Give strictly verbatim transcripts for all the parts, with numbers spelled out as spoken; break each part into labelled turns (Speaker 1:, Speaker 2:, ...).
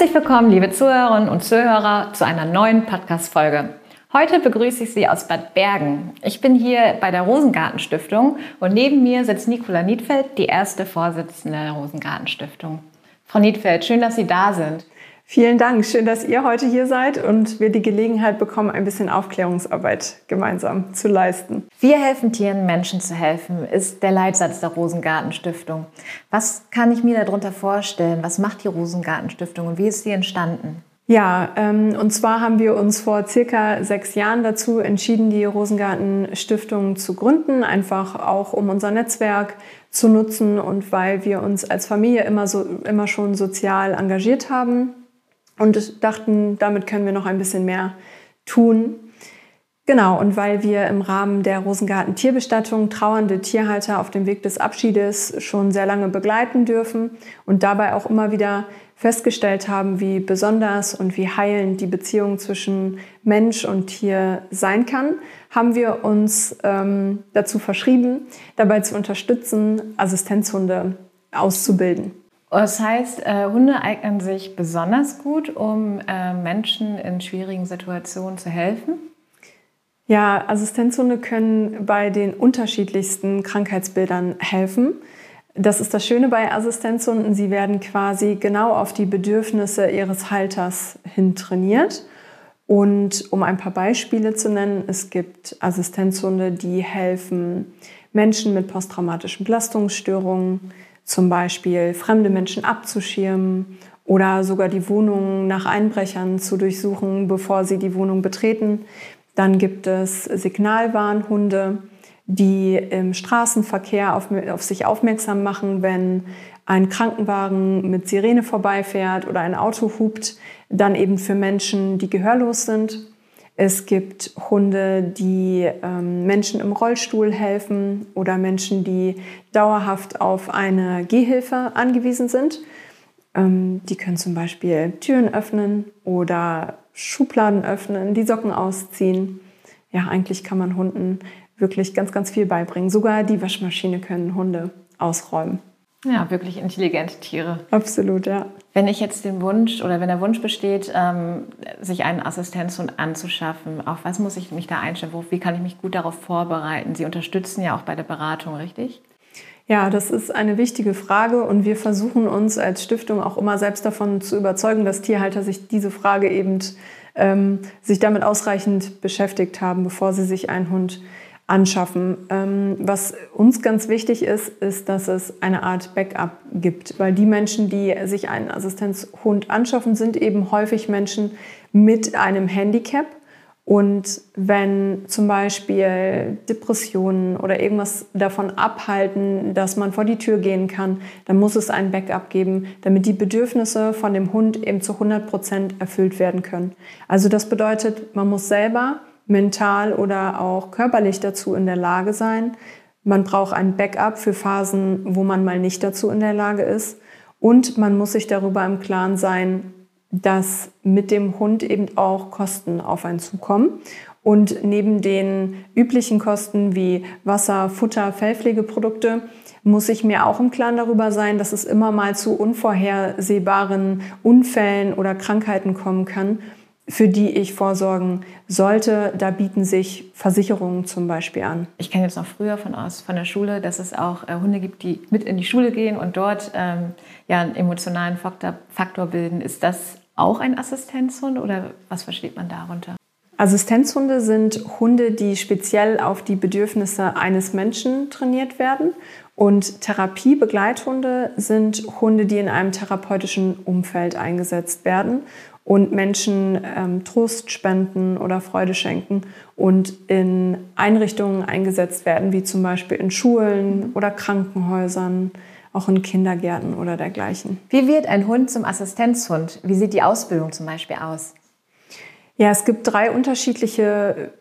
Speaker 1: Herzlich willkommen, liebe Zuhörerinnen und Zuhörer, zu einer neuen Podcast-Folge. Heute begrüße ich Sie aus Bad Bergen. Ich bin hier bei der Rosengarten-Stiftung und neben mir sitzt Nicola Niedfeld, die erste Vorsitzende der Rosengarten-Stiftung. Frau Niedfeld, schön, dass Sie da sind.
Speaker 2: Vielen Dank, schön, dass ihr heute hier seid und wir die Gelegenheit bekommen, ein bisschen Aufklärungsarbeit gemeinsam zu leisten.
Speaker 1: Wir helfen Tieren, Menschen zu helfen, ist der Leitsatz der Rosengarten-Stiftung. Was kann ich mir darunter vorstellen? Was macht die Rosengarten-Stiftung und wie ist sie entstanden?
Speaker 2: Ja, ähm, und zwar haben wir uns vor circa sechs Jahren dazu entschieden, die Rosengarten-Stiftung zu gründen, einfach auch um unser Netzwerk zu nutzen und weil wir uns als Familie immer, so, immer schon sozial engagiert haben. Und dachten, damit können wir noch ein bisschen mehr tun. Genau, und weil wir im Rahmen der Rosengarten-Tierbestattung trauernde Tierhalter auf dem Weg des Abschiedes schon sehr lange begleiten dürfen und dabei auch immer wieder festgestellt haben, wie besonders und wie heilend die Beziehung zwischen Mensch und Tier sein kann, haben wir uns ähm, dazu verschrieben, dabei zu unterstützen, Assistenzhunde auszubilden.
Speaker 1: Das heißt, äh, Hunde eignen sich besonders gut, um äh, Menschen in schwierigen Situationen zu helfen?
Speaker 2: Ja, Assistenzhunde können bei den unterschiedlichsten Krankheitsbildern helfen. Das ist das Schöne bei Assistenzhunden. Sie werden quasi genau auf die Bedürfnisse ihres Halters hin trainiert. Und um ein paar Beispiele zu nennen, es gibt Assistenzhunde, die helfen Menschen mit posttraumatischen Belastungsstörungen, zum Beispiel fremde Menschen abzuschirmen oder sogar die Wohnung nach Einbrechern zu durchsuchen, bevor sie die Wohnung betreten. Dann gibt es Signalwarnhunde, die im Straßenverkehr auf, auf sich aufmerksam machen, wenn ein Krankenwagen mit Sirene vorbeifährt oder ein Auto hupt, dann eben für Menschen, die gehörlos sind. Es gibt Hunde, die ähm, Menschen im Rollstuhl helfen oder Menschen, die dauerhaft auf eine Gehhilfe angewiesen sind. Ähm, die können zum Beispiel Türen öffnen oder Schubladen öffnen, die Socken ausziehen. Ja, eigentlich kann man Hunden wirklich ganz, ganz viel beibringen. Sogar die Waschmaschine können Hunde ausräumen.
Speaker 1: Ja, wirklich intelligente Tiere.
Speaker 2: Absolut, ja.
Speaker 1: Wenn ich jetzt den Wunsch oder wenn der Wunsch besteht, ähm, sich einen Assistenzhund anzuschaffen, auf was muss ich mich da einstellen? Wie kann ich mich gut darauf vorbereiten? Sie unterstützen ja auch bei der Beratung, richtig?
Speaker 2: Ja, das ist eine wichtige Frage und wir versuchen uns als Stiftung auch immer selbst davon zu überzeugen, dass Tierhalter sich diese Frage eben ähm, sich damit ausreichend beschäftigt haben, bevor sie sich einen Hund anschaffen. Ähm, was uns ganz wichtig ist, ist, dass es eine Art Backup gibt, weil die Menschen, die sich einen Assistenzhund anschaffen, sind eben häufig Menschen mit einem Handicap. Und wenn zum Beispiel Depressionen oder irgendwas davon abhalten, dass man vor die Tür gehen kann, dann muss es ein Backup geben, damit die Bedürfnisse von dem Hund eben zu hundert Prozent erfüllt werden können. Also das bedeutet, man muss selber mental oder auch körperlich dazu in der Lage sein. Man braucht ein Backup für Phasen, wo man mal nicht dazu in der Lage ist. Und man muss sich darüber im Klaren sein, dass mit dem Hund eben auch Kosten auf einen zukommen. Und neben den üblichen Kosten wie Wasser, Futter, Fellpflegeprodukte muss ich mir auch im Klaren darüber sein, dass es immer mal zu unvorhersehbaren Unfällen oder Krankheiten kommen kann, für die ich vorsorgen sollte. Da bieten sich Versicherungen zum Beispiel an.
Speaker 1: Ich kenne jetzt noch früher von aus von der Schule, dass es auch äh, Hunde gibt, die mit in die Schule gehen und dort ähm, ja, einen emotionalen Faktor, Faktor bilden. Ist das auch ein Assistenzhund oder was versteht man darunter?
Speaker 2: Assistenzhunde sind Hunde, die speziell auf die Bedürfnisse eines Menschen trainiert werden. Und Therapiebegleithunde sind Hunde, die in einem therapeutischen Umfeld eingesetzt werden und Menschen ähm, Trost spenden oder Freude schenken und in Einrichtungen eingesetzt werden, wie zum Beispiel in Schulen oder Krankenhäusern, auch in Kindergärten oder dergleichen.
Speaker 1: Wie wird ein Hund zum Assistenzhund? Wie sieht die Ausbildung zum Beispiel aus?
Speaker 2: Ja, es gibt drei unterschiedliche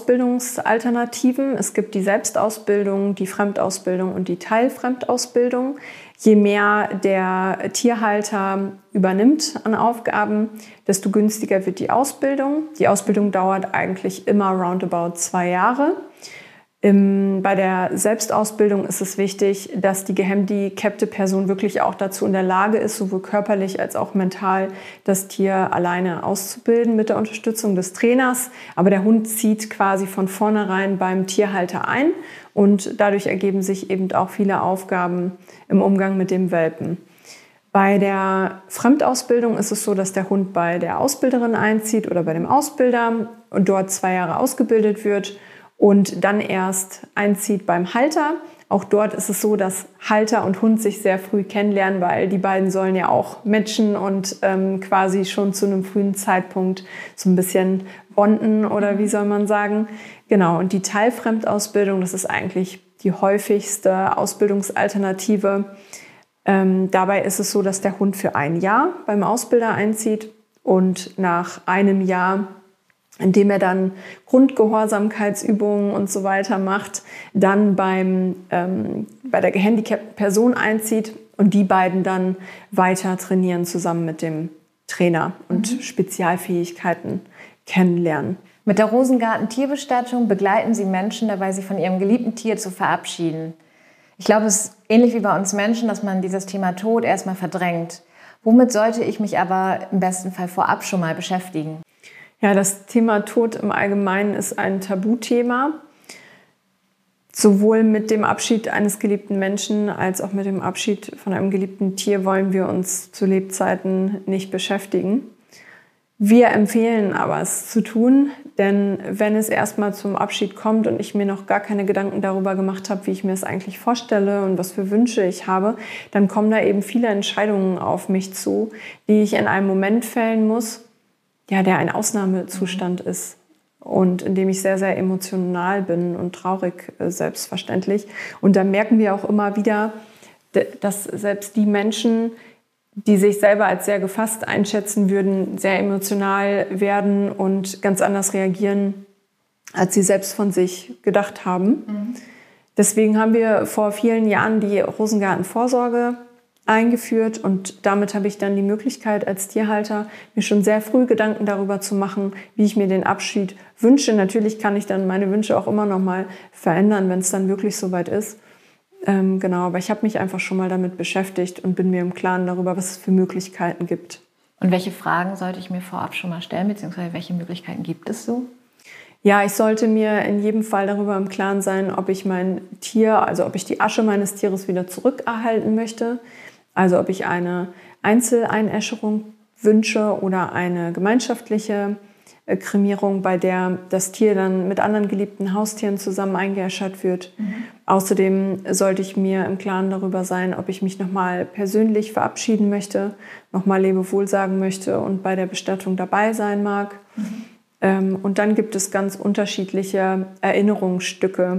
Speaker 2: Ausbildungsalternativen. Es gibt die Selbstausbildung, die Fremdausbildung und die Teilfremdausbildung. Je mehr der Tierhalter übernimmt an Aufgaben, desto günstiger wird die Ausbildung. Die Ausbildung dauert eigentlich immer roundabout zwei Jahre. Im, bei der Selbstausbildung ist es wichtig, dass die gehandicapte Person wirklich auch dazu in der Lage ist, sowohl körperlich als auch mental das Tier alleine auszubilden mit der Unterstützung des Trainers. Aber der Hund zieht quasi von vornherein beim Tierhalter ein und dadurch ergeben sich eben auch viele Aufgaben im Umgang mit dem Welpen. Bei der Fremdausbildung ist es so, dass der Hund bei der Ausbilderin einzieht oder bei dem Ausbilder und dort zwei Jahre ausgebildet wird und dann erst einzieht beim Halter. Auch dort ist es so, dass Halter und Hund sich sehr früh kennenlernen, weil die beiden sollen ja auch matchen und ähm, quasi schon zu einem frühen Zeitpunkt so ein bisschen bonden oder wie soll man sagen. Genau, und die Teilfremdausbildung, das ist eigentlich die häufigste Ausbildungsalternative. Ähm, dabei ist es so, dass der Hund für ein Jahr beim Ausbilder einzieht und nach einem Jahr, indem er dann Grundgehorsamkeitsübungen und so weiter macht, dann beim, ähm, bei der gehandicapten Person einzieht und die beiden dann weiter trainieren zusammen mit dem Trainer und mhm. Spezialfähigkeiten kennenlernen.
Speaker 1: Mit der Rosengarten Tierbestattung begleiten Sie Menschen dabei, sich von ihrem geliebten Tier zu verabschieden. Ich glaube, es ist ähnlich wie bei uns Menschen, dass man dieses Thema Tod erstmal verdrängt. Womit sollte ich mich aber im besten Fall vorab schon mal beschäftigen?
Speaker 2: Ja, das Thema Tod im Allgemeinen ist ein Tabuthema. Sowohl mit dem Abschied eines geliebten Menschen als auch mit dem Abschied von einem geliebten Tier wollen wir uns zu Lebzeiten nicht beschäftigen. Wir empfehlen aber, es zu tun, denn wenn es erstmal zum Abschied kommt und ich mir noch gar keine Gedanken darüber gemacht habe, wie ich mir es eigentlich vorstelle und was für Wünsche ich habe, dann kommen da eben viele Entscheidungen auf mich zu, die ich in einem Moment fällen muss, ja, der ein Ausnahmezustand ist und in dem ich sehr, sehr emotional bin und traurig, äh, selbstverständlich. Und da merken wir auch immer wieder, dass selbst die Menschen, die sich selber als sehr gefasst einschätzen würden, sehr emotional werden und ganz anders reagieren, als sie selbst von sich gedacht haben. Mhm. Deswegen haben wir vor vielen Jahren die Rosengarten-Vorsorge eingeführt und damit habe ich dann die Möglichkeit als Tierhalter, mir schon sehr früh Gedanken darüber zu machen, wie ich mir den Abschied wünsche. Natürlich kann ich dann meine Wünsche auch immer noch mal verändern, wenn es dann wirklich soweit ist. Ähm, genau, aber ich habe mich einfach schon mal damit beschäftigt und bin mir im Klaren darüber, was es für Möglichkeiten gibt.
Speaker 1: Und welche Fragen sollte ich mir vorab schon mal stellen, beziehungsweise welche Möglichkeiten gibt es so?
Speaker 2: Ja, ich sollte mir in jedem Fall darüber im Klaren sein, ob ich mein Tier, also ob ich die Asche meines Tieres wieder zurückerhalten möchte. Also ob ich eine Einzeleinäscherung wünsche oder eine gemeinschaftliche Kremierung, bei der das Tier dann mit anderen geliebten Haustieren zusammen eingeäschert wird. Mhm. Außerdem sollte ich mir im Klaren darüber sein, ob ich mich nochmal persönlich verabschieden möchte, nochmal Lebewohl sagen möchte und bei der Bestattung dabei sein mag. Mhm. Ähm, und dann gibt es ganz unterschiedliche Erinnerungsstücke,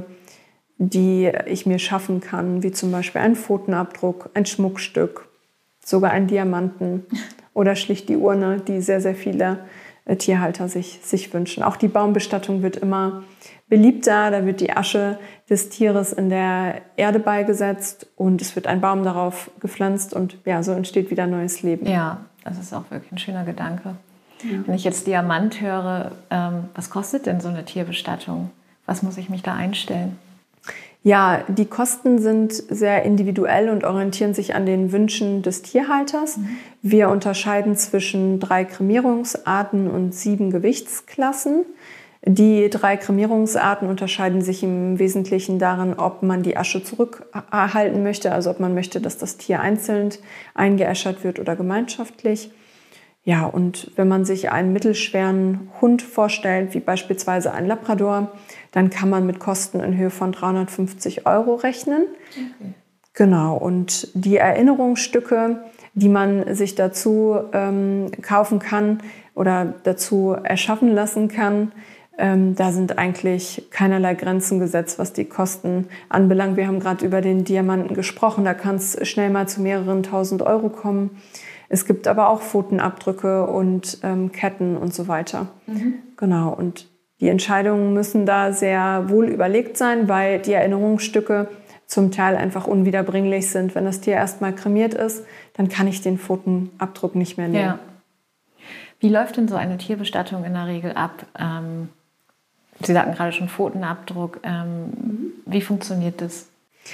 Speaker 2: die ich mir schaffen kann, wie zum Beispiel ein Pfotenabdruck, ein Schmuckstück, sogar einen Diamanten oder schlicht die Urne, die sehr, sehr viele Tierhalter sich, sich wünschen. Auch die Baumbestattung wird immer beliebter. Da wird die Asche des Tieres in der Erde beigesetzt und es wird ein Baum darauf gepflanzt und ja, so entsteht wieder neues Leben.
Speaker 1: Ja, das ist auch wirklich ein schöner Gedanke. Ja. Wenn ich jetzt Diamant höre, ähm, was kostet denn so eine Tierbestattung? Was muss ich mich da einstellen?
Speaker 2: Ja, die Kosten sind sehr individuell und orientieren sich an den Wünschen des Tierhalters. Mhm. Wir unterscheiden zwischen drei Kremierungsarten und sieben Gewichtsklassen. Die drei Kremierungsarten unterscheiden sich im Wesentlichen darin, ob man die Asche zurückerhalten möchte, also ob man möchte, dass das Tier einzeln eingeäschert wird oder gemeinschaftlich. Ja, und wenn man sich einen mittelschweren Hund vorstellt, wie beispielsweise ein Labrador, dann kann man mit Kosten in Höhe von dreihundertfünfzig Euro rechnen. Okay. Genau, und die Erinnerungsstücke, die man sich dazu ähm, kaufen kann oder dazu erschaffen lassen kann, ähm, da sind eigentlich keinerlei Grenzen gesetzt, was die Kosten anbelangt. Wir haben gerade über den Diamanten gesprochen, da kann es schnell mal zu mehreren tausend Euro kommen. Es gibt aber auch Pfotenabdrücke und ähm, Ketten und so weiter. Mhm. Genau, und die Entscheidungen müssen da sehr wohl überlegt sein, weil die Erinnerungsstücke zum Teil einfach unwiederbringlich sind. Wenn das Tier erstmal kremiert ist, dann kann ich den Pfotenabdruck nicht mehr nehmen. Ja.
Speaker 1: Wie läuft denn so eine Tierbestattung in der Regel ab? Ähm, Sie sagten gerade schon Pfotenabdruck. Ähm, wie funktioniert das?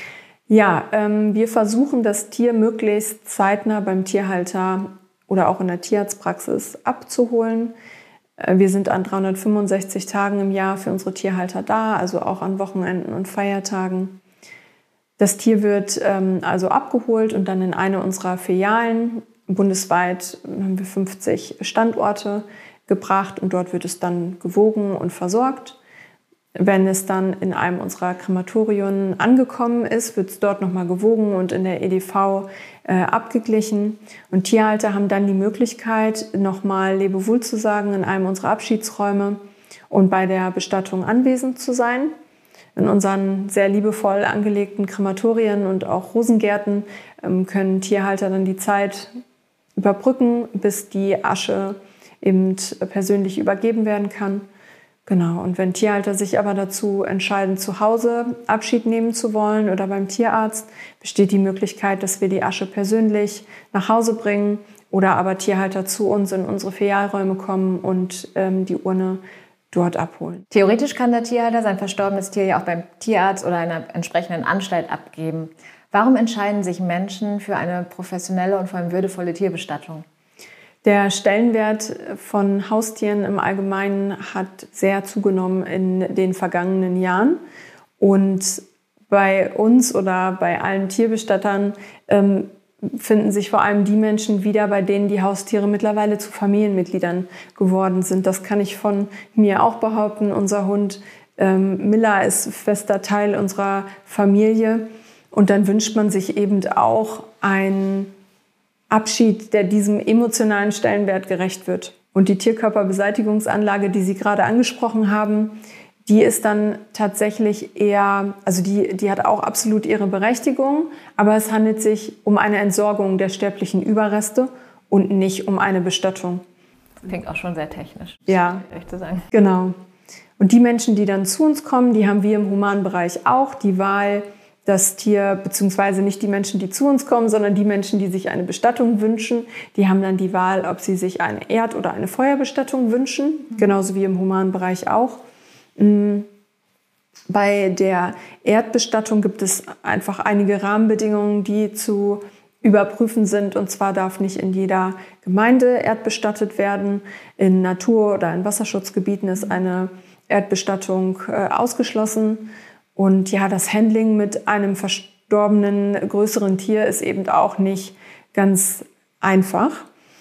Speaker 2: Ja, ähm, wir versuchen, das Tier möglichst zeitnah beim Tierhalter oder auch in der Tierarztpraxis abzuholen. Äh, wir sind an dreihundertfünfundsechzig Tagen im Jahr für unsere Tierhalter da, also auch an Wochenenden und Feiertagen. Das Tier wird ähm, also abgeholt und dann in eine unserer Filialen, bundesweit haben wir fünfzig Standorte, gebracht und dort wird es dann gewogen und versorgt. Wenn es dann in einem unserer Krematorien angekommen ist, wird es dort nochmal gewogen und in der E D V äh, abgeglichen. Und Tierhalter haben dann die Möglichkeit, nochmal Lebewohl zu sagen in einem unserer Abschiedsräume und bei der Bestattung anwesend zu sein. In unseren sehr liebevoll angelegten Krematorien und auch Rosengärten ähm, können Tierhalter dann die Zeit überbrücken, bis die Asche eben persönlich übergeben werden kann. Genau, und wenn Tierhalter sich aber dazu entscheiden, zu Hause Abschied nehmen zu wollen oder beim Tierarzt, besteht die Möglichkeit, dass wir die Asche persönlich nach Hause bringen oder aber Tierhalter zu uns in unsere Filialräume kommen und ähm, die Urne dort abholen.
Speaker 1: Theoretisch kann der Tierhalter sein verstorbenes Tier ja auch beim Tierarzt oder einer entsprechenden Anstalt abgeben. Warum entscheiden sich Menschen für eine professionelle und vor allem würdevolle Tierbestattung?
Speaker 2: Der Stellenwert von Haustieren im Allgemeinen hat sehr zugenommen in den vergangenen Jahren. Und bei uns oder bei allen Tierbestattern ähm, finden sich vor allem die Menschen wieder, bei denen die Haustiere mittlerweile zu Familienmitgliedern geworden sind. Das kann ich von mir auch behaupten. Unser Hund ähm, Miller ist fester Teil unserer Familie. Und dann wünscht man sich eben auch einen Abschied, der diesem emotionalen Stellenwert gerecht wird. Und die Tierkörperbeseitigungsanlage, die Sie gerade angesprochen haben, die ist dann tatsächlich eher, also die, die hat auch absolut ihre Berechtigung, aber es handelt sich um eine Entsorgung der sterblichen Überreste und nicht um eine Bestattung.
Speaker 1: Das klingt auch schon sehr technisch.
Speaker 2: Ja,
Speaker 1: ehrlich zu sagen.
Speaker 2: Genau. Und die Menschen, die dann zu uns kommen, die haben wir im humanen Bereich auch die Wahl, das Tier, beziehungsweise nicht die Menschen, die zu uns kommen, sondern die Menschen, die sich eine Bestattung wünschen, die haben dann die Wahl, ob sie sich eine Erd- oder eine Feuerbestattung wünschen, mhm. genauso wie im humanen Bereich auch. Bei der Erdbestattung gibt es einfach einige Rahmenbedingungen, die zu überprüfen sind. Und zwar darf nicht in jeder Gemeinde erdbestattet werden. In Natur- oder in Wasserschutzgebieten ist eine Erdbestattung äh, ausgeschlossen. Und ja, das Handling mit einem verstorbenen größeren Tier ist eben auch nicht ganz einfach.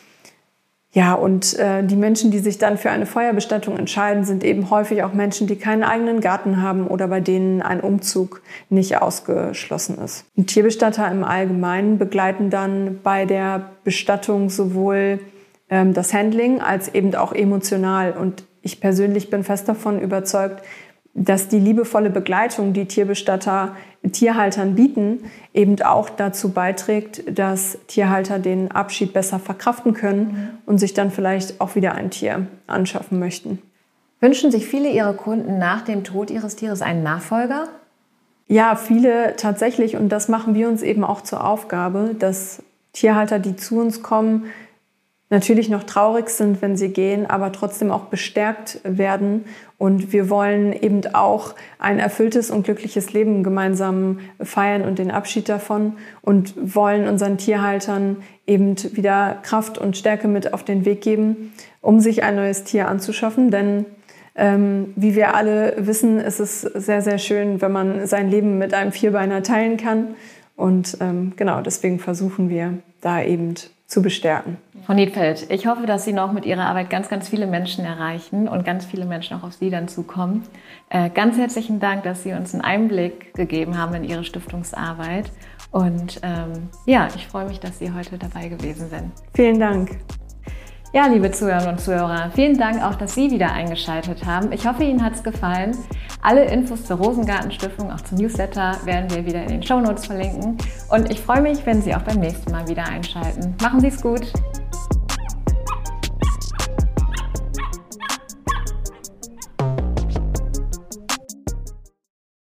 Speaker 2: Ja, und äh, die Menschen, die sich dann für eine Feuerbestattung entscheiden, sind eben häufig auch Menschen, die keinen eigenen Garten haben oder bei denen ein Umzug nicht ausgeschlossen ist. Und Tierbestatter im Allgemeinen begleiten dann bei der Bestattung sowohl ähm, das Handling als eben auch emotional. Und ich persönlich bin fest davon überzeugt, dass die liebevolle Begleitung, die Tierbestatter Tierhaltern bieten, eben auch dazu beiträgt, dass Tierhalter den Abschied besser verkraften können mhm. und sich dann vielleicht auch wieder ein Tier anschaffen möchten.
Speaker 1: Wünschen sich viele Ihrer Kunden nach dem Tod ihres Tieres einen Nachfolger?
Speaker 2: Ja, viele tatsächlich. Und das machen wir uns eben auch zur Aufgabe, dass Tierhalter, die zu uns kommen, natürlich noch traurig sind, wenn sie gehen, aber trotzdem auch bestärkt werden. Und wir wollen eben auch ein erfülltes und glückliches Leben gemeinsam feiern und den Abschied davon und wollen unseren Tierhaltern eben wieder Kraft und Stärke mit auf den Weg geben, um sich ein neues Tier anzuschaffen. Denn ähm, wie wir alle wissen, ist es sehr, sehr schön, wenn man sein Leben mit einem Vierbeiner teilen kann. Und ähm, genau, deswegen versuchen wir da eben zu bestärken.
Speaker 1: Frau Niedfeld, ich hoffe, dass Sie noch mit Ihrer Arbeit ganz, ganz viele Menschen erreichen und ganz viele Menschen auch auf Sie dann zukommen. Äh, ganz herzlichen Dank, dass Sie uns einen Einblick gegeben haben in Ihre Stiftungsarbeit. Und ähm, ja, ich freue mich, dass Sie heute dabei gewesen sind.
Speaker 2: Vielen Dank.
Speaker 1: Ja, liebe Zuhörerinnen und Zuhörer, vielen Dank auch, dass Sie wieder eingeschaltet haben. Ich hoffe, Ihnen hat es gefallen. Alle Infos zur Rosengarten-Stiftung, auch zum Newsletter, werden wir wieder in den Shownotes verlinken. Und ich freue mich, wenn Sie auch beim nächsten Mal wieder einschalten. Machen Sie es gut!